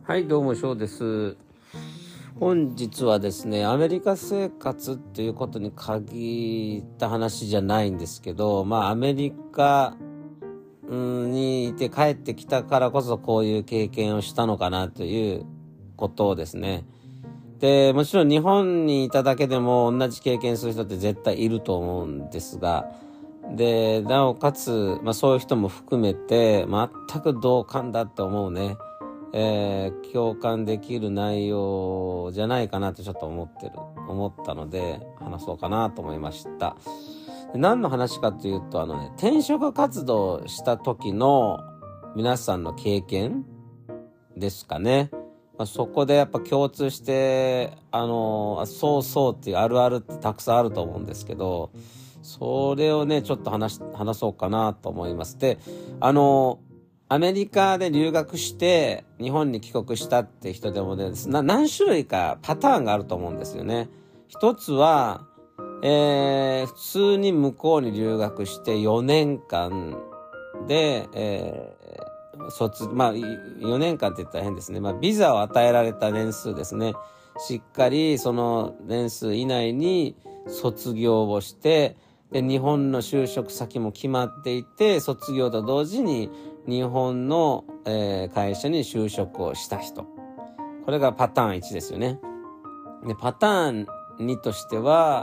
はい、どうも翔です。本日はですね、アメリカ生活っていうことに限った話じゃないんですけど、アメリカにいて帰ってきたからこそこういう経験をしたのかなということをですね。で、もちろん日本にいただけでも同じ経験する人って絶対いると思うんですが、で、なおかつ、そういう人も含めて全く同感だって思うね。共感できる内容じゃないかなとちょっと思ったので話そうかなと思いました。何の話かというと転職活動した時の皆さんの経験ですかね。そこでやっぱ共通してそうそうっていうあるあるってたくさんあると思うんですけど、それをねちょっと話そうかなと思います。で、アメリカで留学して日本に帰国したって人でもね、何種類かパターンがあると思うんですよね。一つは、普通に向こうに留学して4年間で、4年間って言ったら変ですね。ビザを与えられた年数ですね。しっかりその年数以内に卒業をして、で、日本の就職先も決まっていて、卒業と同時に日本の、会社に就職をした人。これがパターン1ですよね。で、パターン2としては、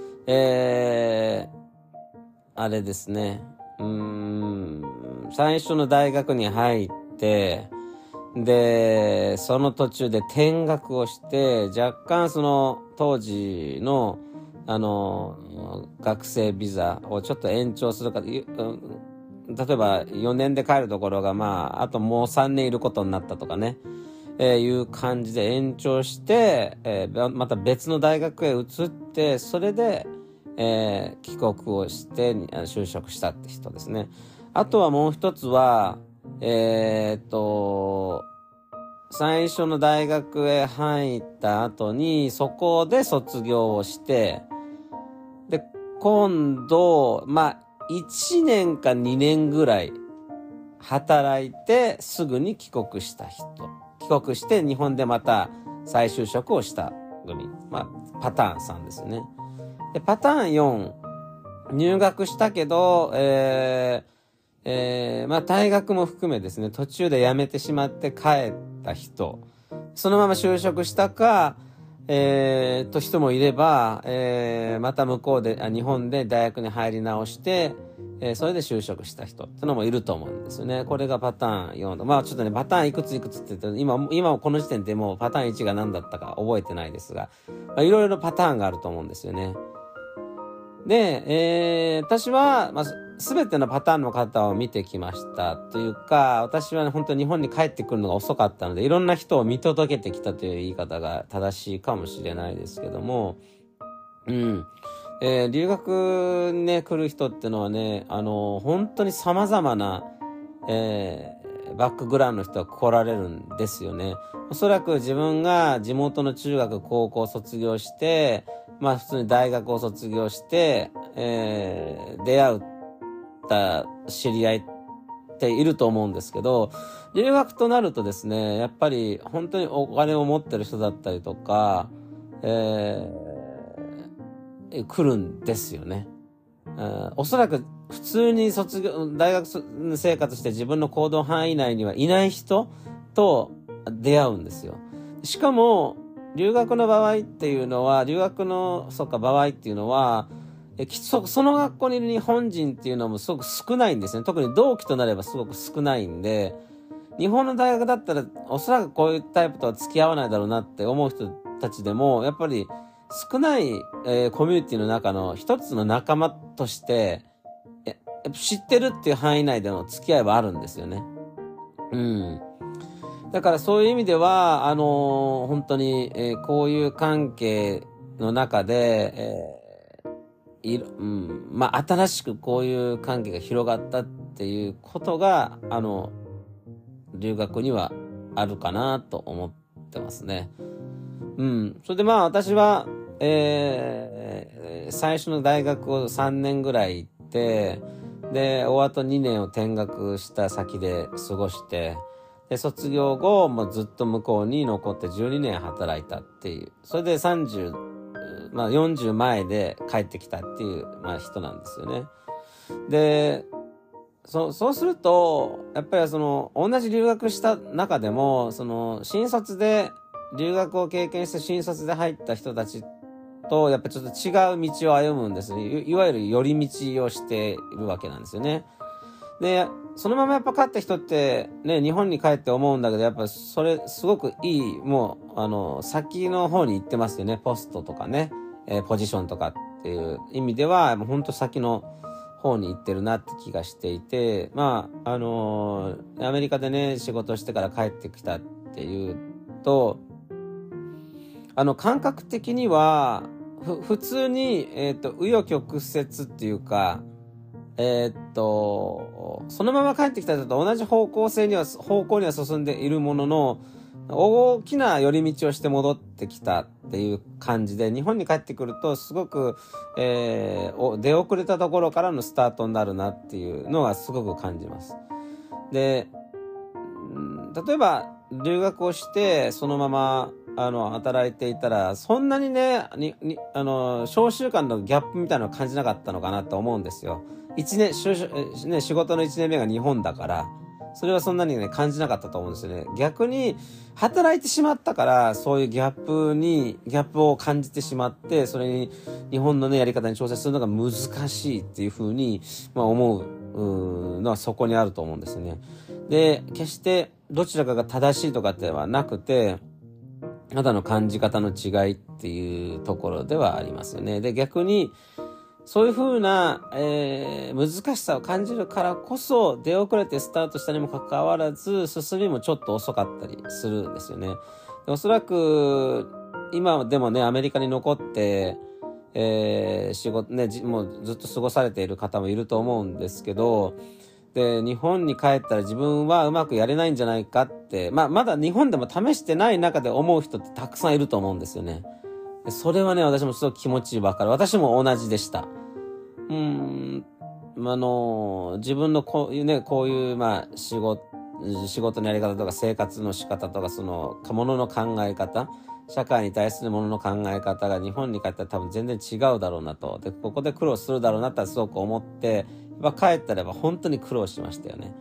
あれですね。最初の大学に入って、で、その途中で転学をして、若干その当時の学生ビザをちょっと延長するか、例えば4年で帰るところがあともう3年いることになったとかね、いう感じで延長して、また別の大学へ移って、それで、帰国をして就職したって人ですね。あとはもう一つは、最初の大学へ入った後にそこで卒業をして、で、今度、1年か2年ぐらい働いてすぐに帰国した人。帰国して日本でまた再就職をした組。パターン3ですね。で、パターン4、入学したけど、退学も含めですね、途中で辞めてしまって帰った人。そのまま就職したか、人もいれば、また向こうで、日本で大学に入り直して、それで就職した人ってのもいると思うんですよね。これがパターン4と。ちょっとね、パターンいくつって言って、今この時点でもうパターン1が何だったか覚えてないですが、いろいろパターンがあると思うんですよね。で、私は、すべてのパターンの方を見てきましたというか、私は、本当に日本に帰ってくるのが遅かったので、いろんな人を見届けてきたという言い方が正しいかもしれないですけども、留学にね、来る人ってのはね、本当に様々な、バックグラウンドの人が来られるんですよね。おそらく自分が地元の中学、高校を卒業して、普通に大学を卒業して、出会った知り合いっていると思うんですけど、留学となるとですね、やっぱり本当にお金を持ってる人だったりとか、来るんですよね。おそらく普通に大学生活して自分の行動範囲内にはいない人と出会うんですよ。しかも、留学の場合っていうのは、その学校にいる日本人っていうのもすごく少ないんですね。特に同期となればすごく少ないんで、日本の大学だったらおそらくこういうタイプとは付き合わないだろうなって思う人たちでも、やっぱり少ない、コミュニティの中の一つの仲間として、知ってるっていう範囲内での付き合いはあるんですよね。だからそういう意味では、本当に、こういう関係の中で、新しくこういう関係が広がったっていうことが、留学にはあるかなと思ってますね。それで私は、最初の大学を3年ぐらい行って、で、おあと2年を転学した先で過ごして、 で卒業後もずっと向こうに残って12年働いたっていう、それで40前で帰ってきたっていう、人なんですよね。で、そうすると、やっぱり同じ留学した中でも、新卒で、留学を経験して新卒で入った人たちと、やっぱりちょっと違う道を歩むんですね。いわゆる寄り道をしているわけなんですよね。で、そのままやっぱ帰った人ってね、日本に帰って思うんだけど、やっぱそれすごくいい、もう、先の方に行ってますよね。ポストとかね、ポジションとかっていう意味では、もうほんと先の方に行ってるなって気がしていて、アメリカでね、仕事してから帰ってきたっていうと、感覚的には、普通に、紆余曲折っていうか、そのまま帰ってきた人と同じ方向には進んでいるものの、大きな寄り道をして戻ってきたっていう感じで、日本に帰ってくるとすごく、出遅れたところからのスタートになるなっていうのはすごく感じます。で、例えば留学をしてそのまま働いていたら、そんなにね、小習慣のギャップみたいなのを感じなかったのかなと思うんですよ。仕事の1年目が日本だから、それはそんなにね、感じなかったと思うんですよね。逆に、働いてしまったから、そういうギャップを感じてしまって、それに、日本のね、やり方に調整するのが難しいっていうふうに、思うのはそこにあると思うんですよね。で、決してどちらかが正しいとかではなくて、あなたの感じ方の違いっていうところではありますよね。で、逆に、そういう風な、難しさを感じるからこそ、出遅れてスタートしたにもかかわらず、進みもちょっと遅かったりするんですよね。でおそらく、今でもね、アメリカに残って、仕事ね、もうずっと過ごされている方もいると思うんですけど、で、日本に帰ったら自分はうまくやれないんじゃないかって、まだ日本でも試してない中で思う人ってたくさんいると思うんですよね。それはね、私もすごく気持ちわかる。私も同じでした。自分のこういう、仕事のやり方とか生活の仕方とか、ものの考え方、社会に対するものの考え方が日本に帰ったら多分全然違うだろうなと。で、ここで苦労するだろうなってすごく思って、帰ったら本当に苦労しましたよね。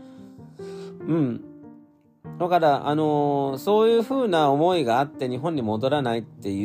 だから、そういう風な思いがあって日本に戻らないっていう、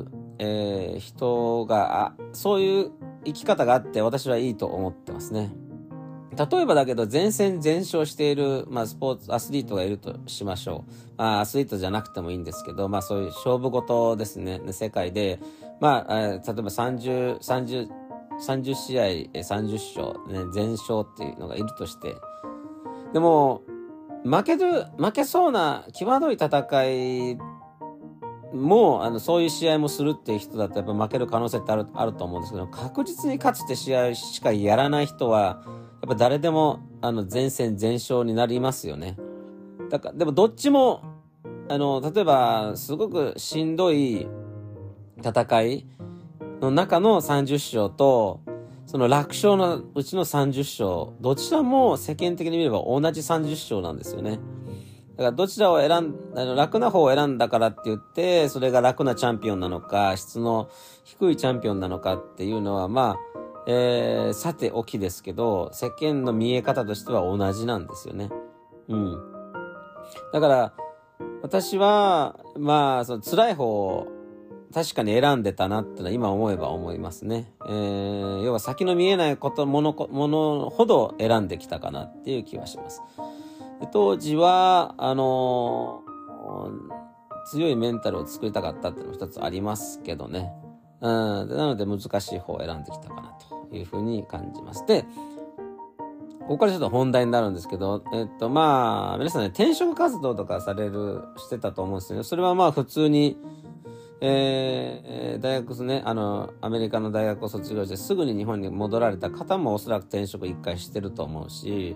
人が、そういう生き方があって私はいいと思ってますね。例えばだけど全戦全勝している、スポーツアスリートがいるとしましょう。アスリートじゃなくてもいいんですけど、そういう勝負事ですね。世界で、例えば30試合30勝、全勝っていうのがいるとして、でも負けそうな際どい戦いもそういう試合もするっていう人だとやっぱ負ける可能性ってあると思うんですけど、確実に勝つって試合しかやらない人はやっぱ誰でも全戦全勝になりますよね。だからでもどっちも例えばすごくしんどい戦いの中の30勝とその楽勝のうちの30勝、どちらも世間的に見れば同じ30勝なんですよね。だからどちらを楽な方を選んだからって言って、それが楽なチャンピオンなのか、質の低いチャンピオンなのかっていうのは、さておきですけど、世間の見え方としては同じなんですよね。だから、私は、その辛い方を確かに選んでたなってのは今思えば思いますね。要は先の見えないものほど選んできたかなっていう気はします。当時は、強いメンタルを作りたかったっていうのも一つありますけどね。なので難しい方を選んできたかなというふうに感じます。で、ここからちょっと本題になるんですけど、皆さんね、転職活動とかしてたと思うんですよね。それは普通に、大学ですね、アメリカの大学を卒業してすぐに日本に戻られた方もおそらく転職一回してると思うし、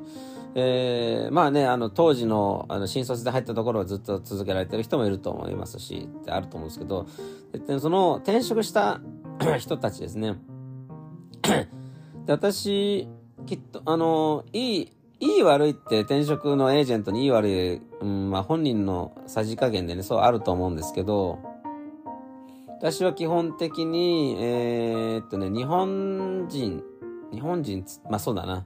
当時の新卒で入ったところをずっと続けられてる人もいると思いますし、ってあると思うんですけど、その転職した人たちですね。で、私、きっと、いいいい悪いって転職のエージェントにいい悪い、まあ本人のさじ加減でね、そうあると思うんですけど、私は基本的に、日本人、まあそうだな。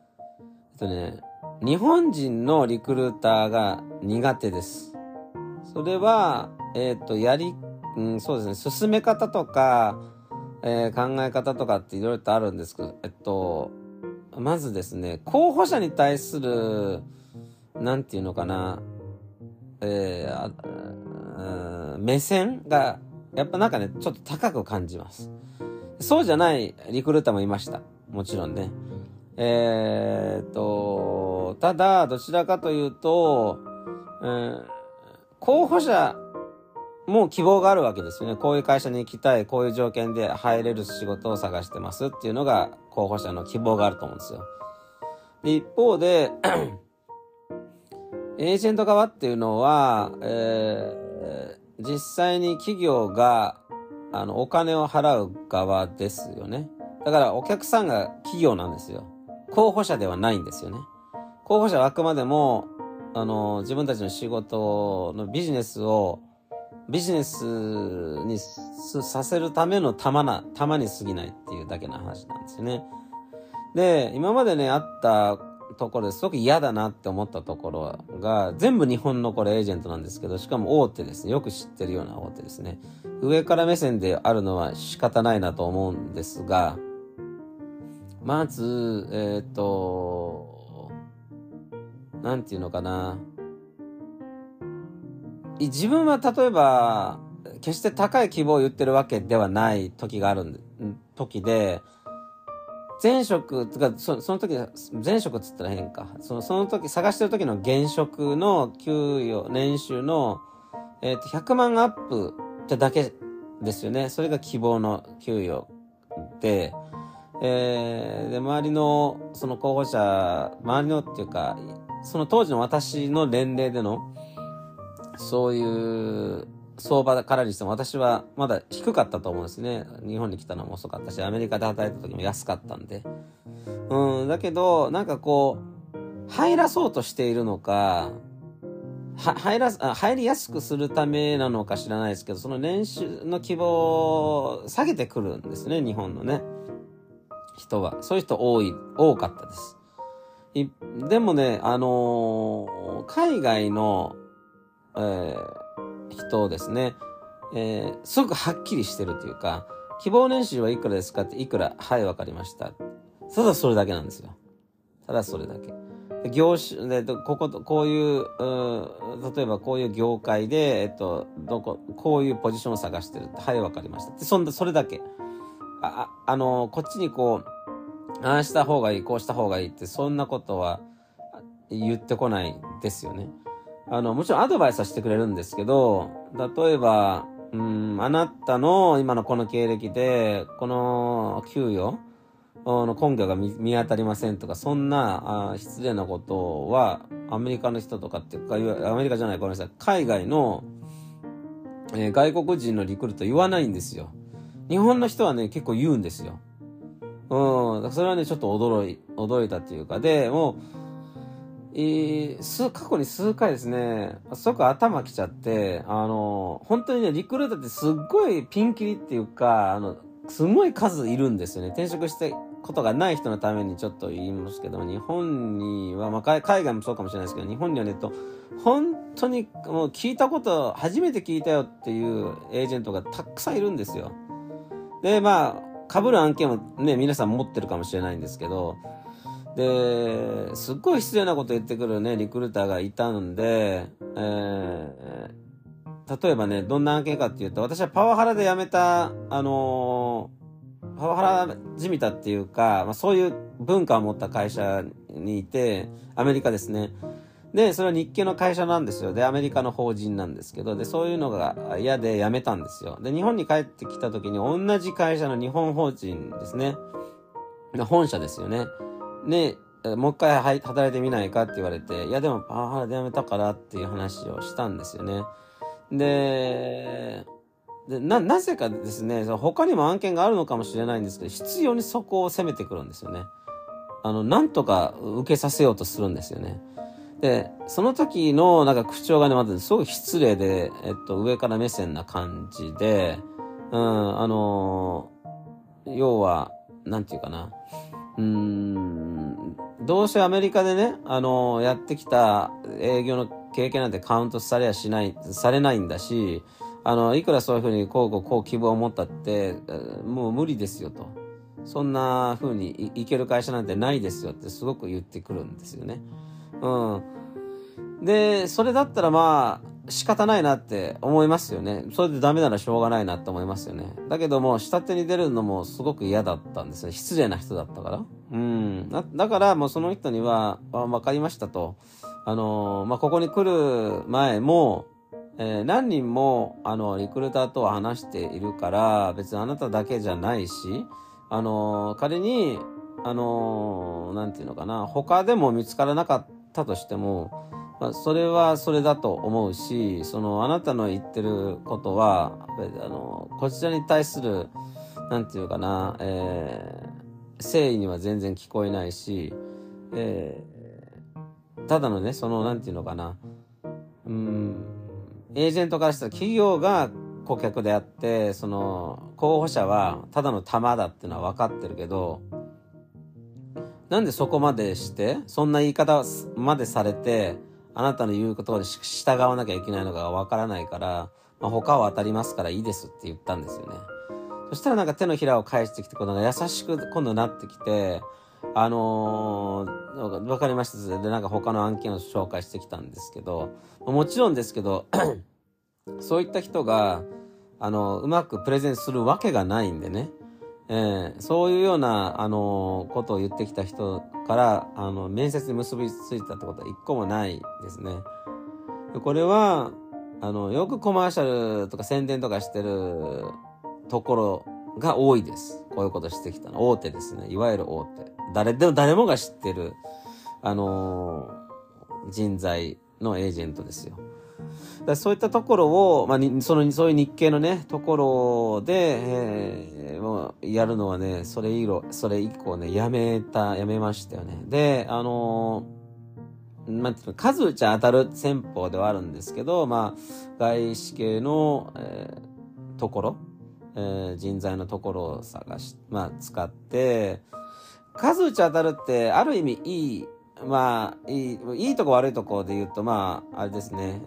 日本人のリクルーターが苦手です。それは、そうですね、進め方とか、考え方とかっていろいろとあるんですけど、まずですね、候補者に対する、なんていうのかな、目線が、やっぱなんかね、ちょっと高く感じます。そうじゃないリクルーターもいました。もちろんね。ただ、どちらかというと、候補者も希望があるわけですよね。こういう会社に行きたい、こういう条件で入れる仕事を探してますっていうのが候補者の希望があると思うんですよ。で、一方で、エージェント側っていうのは、実際に企業がお金を払う側ですよね。だからお客さんが企業なんですよ。候補者ではないんですよね。候補者はあくまでも自分たちの仕事のビジネスにさせるための玉に過ぎないっていうだけの話なんですよね。で、今までね、あったところですごく嫌だなって思ったところが、全部日本のこれエージェントなんですけど、しかも大手ですね。よく知ってるような大手ですね。上から目線であるのは仕方ないなと思うんですが、まず、なんていうのかな。自分は例えば、決して高い希望を言ってるわけではない時がある時で、前職とか、その時、前職っつったら変か。その時、探してる時の現職の給与、年収の、100万アップってだけですよね。それが希望の給与で、で、周りの、その候補者、周りのっていうか、その当時の私の年齢での、そういう相場からにしても私はまだ低かったと思うんですね。日本に来たのも遅かったし、アメリカで働いた時も安かったんで。だけど、なんかこう、入らそうとしているのか、入りやすくするためなのか知らないですけど、その年収の希望を下げてくるんですね、日本のね。人は。そういう人多かったです。でもね、海外の、人ですね、すごくはっきりしてるというか、希望年収はいくらですかって、いくら、はい、わかりました。ただそれだけなんですよ。ただそれだけ。で業種で、こういう、例えばこういう業界で、こういうポジションを探してる。はい、わかりました。で、それだけ。こっちにこう、ああした方がいい、こうした方がいいって、そんなことは言ってこないですよね。もちろんアドバイスはしてくれるんですけど、例えば、あなたの今のこの経歴で、この給与の根拠が見当たりませんとか、そんな失礼なことは、アメリカの人とかっていうか、アメリカじゃない、ごめんなさい、海外の、外国人のリクルート言わないんですよ。日本の人はね、結構言うんですよ。それはね、ちょっと驚いたっていうか、で、もう、過去に数回ですね、すごく頭きちゃって、本当にね、リクルーターってすっごいピンキリっていうか、すごい数いるんですよね。転職してことがない人のためにちょっと言いますけども、日本には、まあ、海外もそうかもしれないですけど、日本にはね、本当にもう初めて聞いたよっていうエージェントがたくさんいるんですよ。で、まあ、被る案件はね、皆さん持ってるかもしれないんですけど、で、すっごい失礼なこと言ってくるね、リクルーターがいたんで、例えばね、どんな案件かっていうと、私はパワハラで辞めた、パワハラじみたっていうか、まあ、そういう文化を持った会社にいて、アメリカですね。で、それは日系の会社なんですよ。で、アメリカの法人なんですけど、で、そういうのが嫌で辞めたんですよ。で、日本に帰ってきた時に同じ会社の日本法人ですね。本社ですよね。で、もう一回働いてみないかって言われて、いやでもパワハラで辞めたからっていう話をしたんですよね。で、なぜかですね、他にも案件があるのかもしれないんですけど、必要にそこを攻めてくるんですよね。 なんとか受けさせようとするんですよね。で、その時のなんか口調がね、まずすごい失礼で、上から目線な感じで、要は、なんていうかな。どうせアメリカでね、やってきた営業の経験なんてカウントされないんだし、いくらそういうふうにこう希望を持ったって、もう無理ですよと。そんな風にいける会社なんてないですよってすごく言ってくるんですよね。で、それだったらまあ、仕方ないなって思いますよね。それでダメならしょうがないなって思いますよね。だけども、下手に出るのもすごく嫌だったんですよ。失礼な人だったから。だからもうその人には、わかりましたと。ここに来る前も、何人も、リクルーターとは話しているから、別にあなただけじゃないし、仮に、なんていうのかな、他でも見つからなかったとしても、それはそれだと思うし、あなたの言ってることは、こちらに対する、なんていうかな、誠意には全然聞こえないし、ただのね、なんていうのかな、エージェントからしたら企業が顧客であって、候補者はただの玉だっていうのは分かってるけど、なんでそこまでして、そんな言い方までされて、あなたの言うことに従わなきゃいけないのが分からないから、他は当たりますからいいですって言ったんですよね。そしたらなんか手のひらを返してきて、優しく今度なってきて、わかりました。で、なんか他の案件を紹介してきたんですけど、もちろんですけど、そういった人が、うまくプレゼンするわけがないんでね。そういうような、ことを言ってきた人から、面接に結びついたってことは一個もないですね。これは、よくコマーシャルとか宣伝とかしてるところが多いです。こういうことしてきたの。大手ですね。いわゆる大手。誰もが知ってる、人材のエージェントですよ。だそういったところを、そういう日系のね、ところで、もうやるのはね、それ以降ね、やめましたよね。で、数打ち当たる戦法ではあるんですけど、外資系の、ところ、人材のところを使って、数打ち当たるって、ある意味いいとこ悪いとこで言うと、あれですね、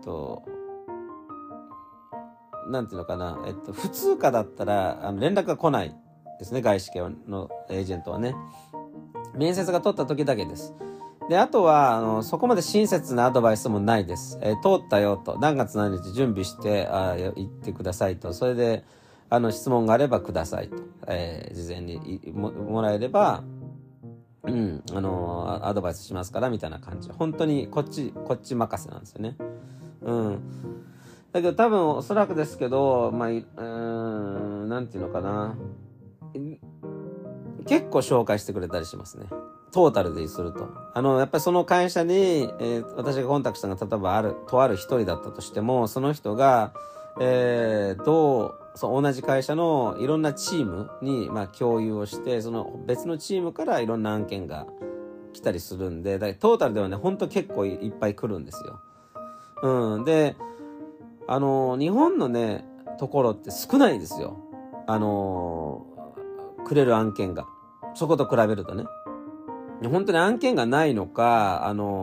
なんていうのかな、普通科だったら、連絡が来ないですね、外資系のエージェントはね。面接が取った時だけです。で、あとは、そこまで親切なアドバイスもないです。通ったよと、何月何日準備して、言ってくださいと、それで、質問があればくださいと、事前にもらえれば、アドバイスしますから、みたいな感じ。本当に、こっち任せなんですよね。だけど多分、おそらくですけど、なんていうのかな。結構紹介してくれたりしますね。トータルですると。やっぱりその会社に、私がコンタクトしたのが、例えばとある一人だったとしても、その人が、同じ会社のいろんなチームに、共有をして、その別のチームからいろんな案件が来たりするんで、だからトータルではね、ほんと結構いっぱい来るんですよ。で、日本のね、ところって少ないですよ。くれる案件が。そこと比べるとね。本当に案件がないのか、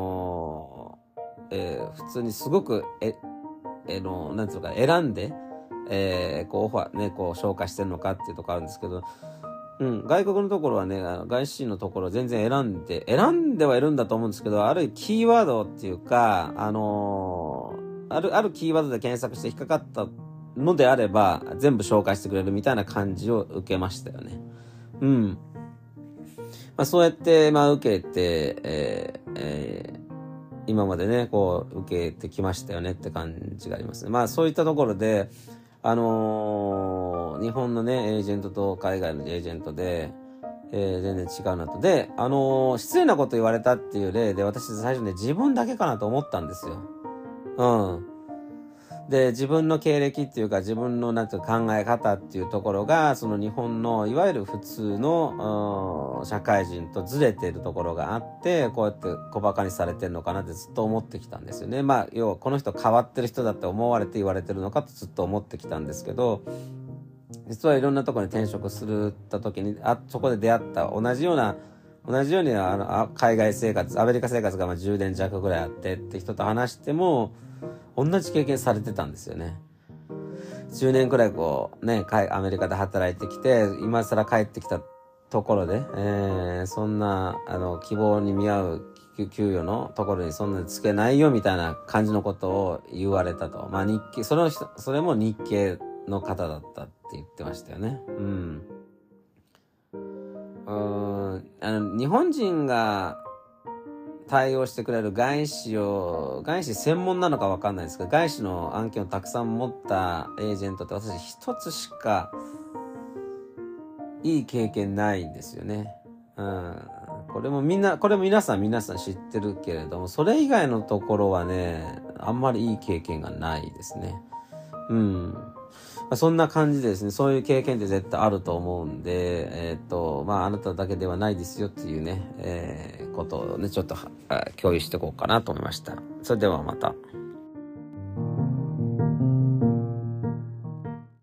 普通にすごく、なんていうのか、選んで、オファーね、紹介してるのかっていうところあるんですけど、外国のところはね、外資のところ全然選んではいるんだと思うんですけど、あるキーワードっていうか、あるキーワードで検索して引っかかったのであれば、全部紹介してくれるみたいな感じを受けましたよね。そうやって、受けて、今までね、受けてきましたよねって感じがありますね。そういったところで、日本のね、エージェントと海外のエージェントで、全然違うなと。で、失礼なこと言われたっていう例で、私最初ね、自分だけかなと思ったんですよ。 で、自分の経歴っていうか、自分のなんていうか考え方っていうところが、その日本のいわゆる普通の社会人とずれているところがあって、こうやって小馬鹿にされてるのかなってずっと思ってきたんですよね。まあ、要はこの人変わってる人だって思われて言われてるのかとずっと思ってきたんですけど、実はいろんなところに転職するった時に、そこで出会った同じように海外生活、アメリカ生活が10年弱ぐらいあってって人と話しても、同じ経験されてたんですよね。10年くらいアメリカで働いてきて、今更帰ってきたところで、そんな、希望に見合う給与のところにそんなにつけないよみたいな感じのことを言われたと。まあそれも日系の方だったって言ってましたよね。日本人が対応してくれる外資専門なのか分かんないですけど、外資の案件をたくさん持ったエージェントって私一つしかいい経験ないんですよね。これも皆さん知ってるけれども、それ以外のところはね、あんまりいい経験がないですね。そんな感じでですね、そういう経験って絶対あると思うんで、あなただけではないですよっていうね、ことをね、ちょっと共有していこうかなと思いました。それではまた。